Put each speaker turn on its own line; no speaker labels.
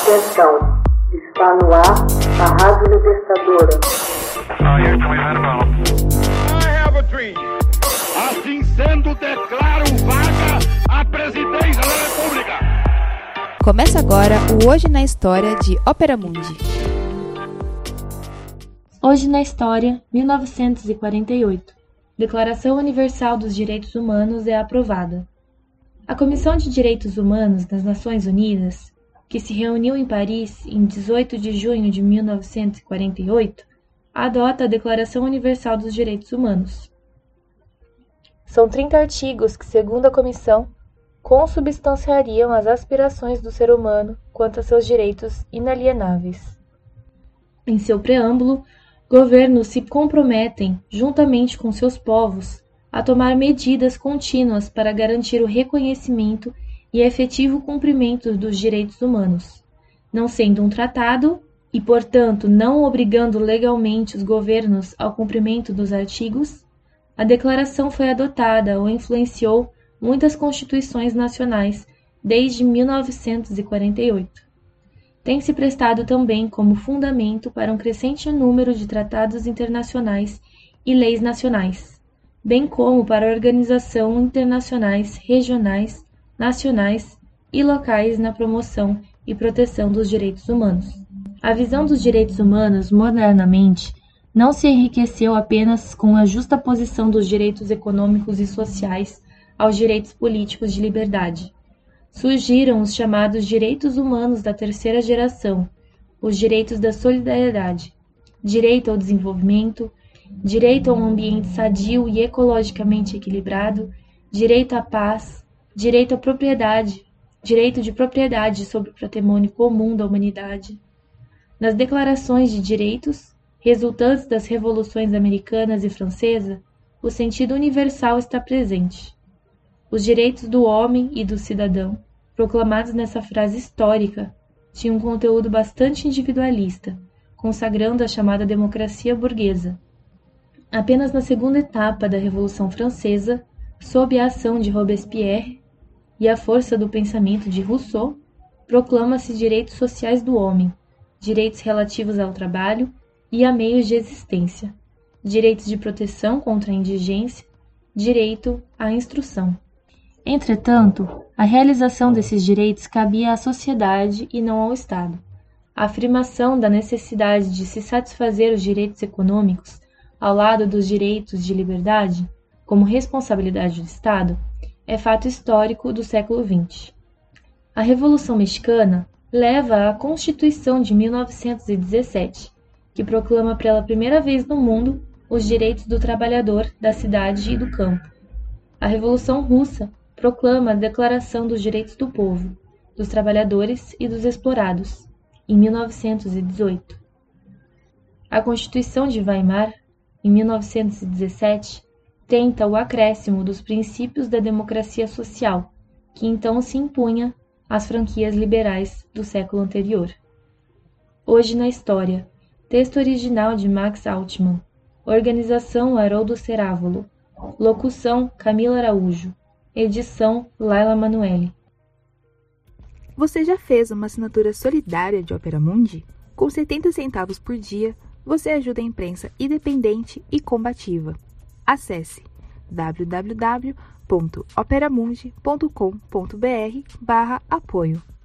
Atenção, está no ar a Rádio Libertadora.
Assim sendo, declaro vaga a presidência da República.
Começa agora o Hoje na História de Ópera Mundi.
Hoje na História, 1948. Declaração Universal dos Direitos Humanos é aprovada. A Comissão de Direitos Humanos das Nações Unidas, que se reuniu em Paris em 18 de junho de 1948, adota a Declaração Universal dos Direitos Humanos. São 30 artigos que, segundo a Comissão, consubstanciariam as aspirações do ser humano quanto a seus direitos inalienáveis. Em seu preâmbulo, governos se comprometem, juntamente com seus povos, a tomar medidas contínuas para garantir o reconhecimento e efetivo cumprimento dos direitos humanos, não sendo um tratado e, portanto, não obrigando legalmente os governos ao cumprimento dos artigos. A declaração foi adotada ou influenciou muitas constituições nacionais desde 1948. Tem se prestado também como fundamento para um crescente número de tratados internacionais e leis nacionais, bem como para organizações internacionais, regionais, nacionais e locais na promoção e proteção dos direitos humanos. A visão dos direitos humanos, modernamente, não se enriqueceu apenas com a justaposição dos direitos econômicos e sociais aos direitos políticos de liberdade. Surgiram os chamados direitos humanos da terceira geração, os direitos da solidariedade, direito ao desenvolvimento, direito a um ambiente sadio e ecologicamente equilibrado, direito à paz, direito à propriedade, direito de propriedade sobre o patrimônio comum da humanidade. Nas declarações de direitos, resultantes das revoluções americanas e francesa, o sentido universal está presente. Os direitos do homem e do cidadão, proclamados nessa frase histórica, tinham um conteúdo bastante individualista, consagrando a chamada democracia burguesa. Apenas na segunda etapa da Revolução Francesa, sob a ação de Robespierre e a força do pensamento de Rousseau, proclama-se direitos sociais do homem, direitos relativos ao trabalho e a meios de existência, direitos de proteção contra a indigência, direito à instrução. Entretanto, a realização desses direitos cabia à sociedade e não ao Estado. A afirmação da necessidade de se satisfazer os direitos econômicos ao lado dos direitos de liberdade, como responsabilidade do Estado, é fato histórico do século XX. A Revolução Mexicana leva à Constituição de 1917, que proclama pela primeira vez no mundo os direitos do trabalhador da cidade e do campo. A Revolução Russa proclama a Declaração dos Direitos do Povo, dos Trabalhadores e dos Explorados, em 1918. A Constituição de Weimar, em 1917, tenta o acréscimo dos princípios da democracia social, que então se impunha às franquias liberais do século anterior. Hoje na História, texto original de Max Altman, organização Haroldo Cerávolo, locução Camila Araújo, edição Laila Manoeli.
Você já fez uma assinatura solidária de Ópera Mundi? Com 70 centavos por dia, você ajuda a imprensa independente e combativa. Acesse www.operamundi.com.br/apoio.